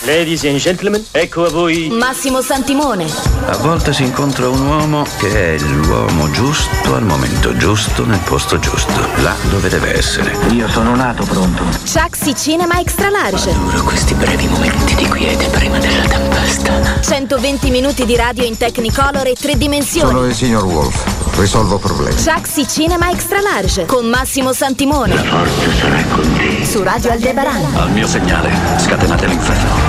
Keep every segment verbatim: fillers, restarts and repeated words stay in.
Ladies and gentlemen, ecco a voi Massimo Santimone. A volte si incontra un uomo che è l'uomo giusto al momento giusto nel posto giusto, là dove deve essere. Io sono nato pronto. Chucksy Cinema Extra Large. Adoro questi brevi momenti di quiete prima della tempesta. centoventi minuti di radio in Technicolor e tre dimensioni. Sono il signor Wolf, risolvo problemi. Chucksy Cinema Extra Large con Massimo Santimone. La forza sarà con te. Su Radio Aldebaran. Al mio segnale, scatenate l'inferno.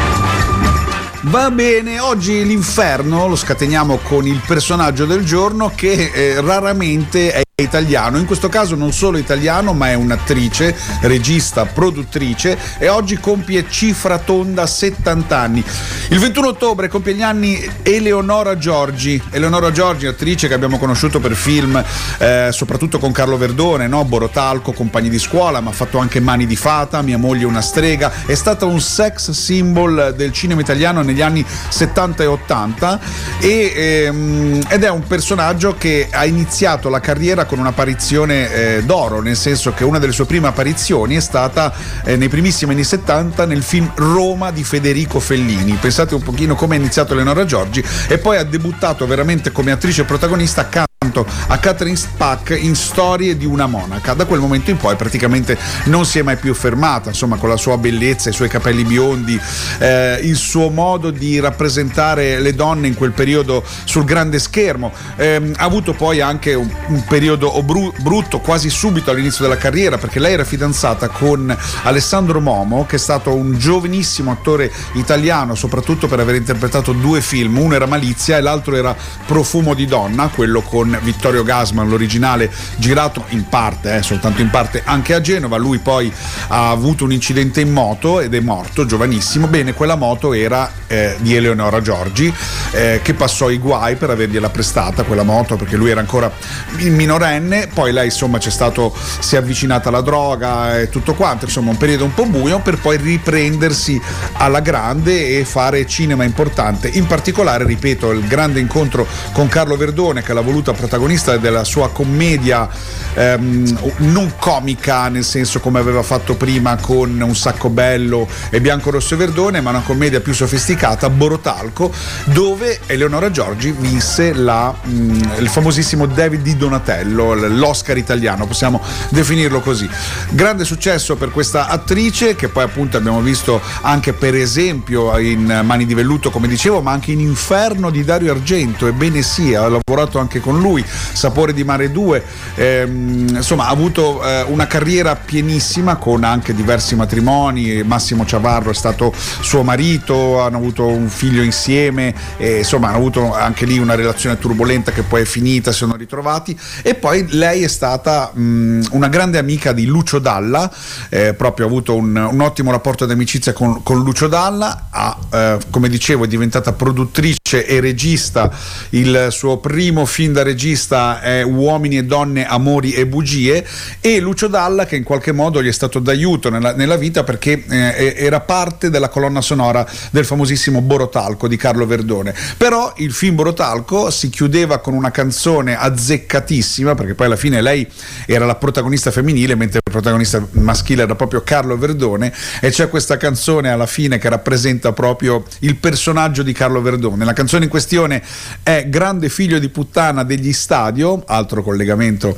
Va bene, oggi l'inferno lo scateniamo con il personaggio del giorno che eh, raramente è italiano, in questo caso non solo italiano ma è un'attrice, regista, produttrice e oggi compie cifra tonda settanta anni. Il ventuno ottobre compie gli anni Eleonora Giorgi, Eleonora Giorgi, attrice che abbiamo conosciuto per film eh, soprattutto con Carlo Verdone, no? Borotalco, Compagni di scuola, ma ha fatto anche Mani di fata, Mia moglie una strega, è stata un sex symbol del cinema italiano negli anni settanta e ottanta e, ehm, ed è un personaggio che ha iniziato la carriera con un'apparizione eh, d'oro, nel senso che una delle sue prime apparizioni è stata eh, nei primissimi anni settanta nel film Roma di Federico Fellini. Pensate un pochino come è iniziato Eleonora Giorgi e poi ha debuttato veramente come attrice protagonista accanto a Catherine Spack in Storie di una monaca. Da quel momento in poi praticamente non si è mai più fermata, insomma, con la sua bellezza, i suoi capelli biondi, eh, il suo modo di rappresentare le donne in quel periodo sul grande schermo. Eh, ha avuto poi anche un, un periodo brutto quasi subito all'inizio della carriera, perché lei era fidanzata con Alessandro Momo, che è stato un giovanissimo attore italiano, soprattutto per aver interpretato due film, uno era Malizia e l'altro era Profumo di donna, quello con Vittorio Gassman, l'originale, girato in parte, eh, soltanto in parte, anche a Genova. Lui poi ha avuto un incidente in moto ed è morto giovanissimo. Bene, quella moto era eh, di Eleonora Giorgi, eh, che passò i guai per avergliela prestata quella moto, perché lui era ancora minorenne. Poi lei, insomma, c'è stato, si è avvicinata alla droga e tutto quanto, insomma un periodo un po' buio, per poi riprendersi alla grande e fare cinema importante. In particolare, ripeto, il grande incontro con Carlo Verdone, che l'ha voluta protagonista della sua commedia ehm, non comica nel senso come aveva fatto prima con Un sacco bello e Bianco, rosso e verdone, ma una commedia più sofisticata, Borotalco, dove Eleonora Giorgi vinse la, mh, il famosissimo David di Donatello, l'Oscar italiano, possiamo definirlo così. Grande successo per questa attrice, che poi appunto abbiamo visto anche per esempio in Mani di velluto, come dicevo, ma anche in Inferno di Dario Argento, ebbene sì, ha lavorato anche con lui, Sapore di mare due, ehm, insomma ha avuto eh, una carriera pienissima con anche diversi matrimoni. Massimo Ciavarro è stato suo marito, hanno avuto un figlio insieme e, insomma hanno avuto anche lì una relazione turbolenta che poi è finita, si sono ritrovati. E poi lei è stata mh, una grande amica di Lucio Dalla, eh, proprio ha avuto un, un ottimo rapporto di amicizia con, con Lucio Dalla, ha, eh, come dicevo, è diventata produttrice e regista. Il suo primo film da regista è Uomini e donne, amori e bugie, e Lucio Dalla che in qualche modo gli è stato d'aiuto nella, nella vita, perché eh, era parte della colonna sonora del famosissimo Borotalco di Carlo Verdone. Però il film Borotalco si chiudeva con una canzone azzeccatissima, perché poi alla fine lei era la protagonista femminile mentre il protagonista maschile era proprio Carlo Verdone, e c'è questa canzone alla fine che rappresenta proprio il personaggio di Carlo Verdone. La canzone in questione è Grande figlio di puttana degli Stadio, altro collegamento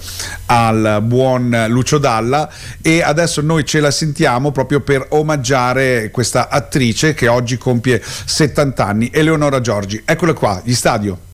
al buon Lucio Dalla, e adesso noi ce la sentiamo proprio per omaggiare questa attrice che oggi compie settanta anni, Eleonora Giorgi. Eccole qua, gli Stadio.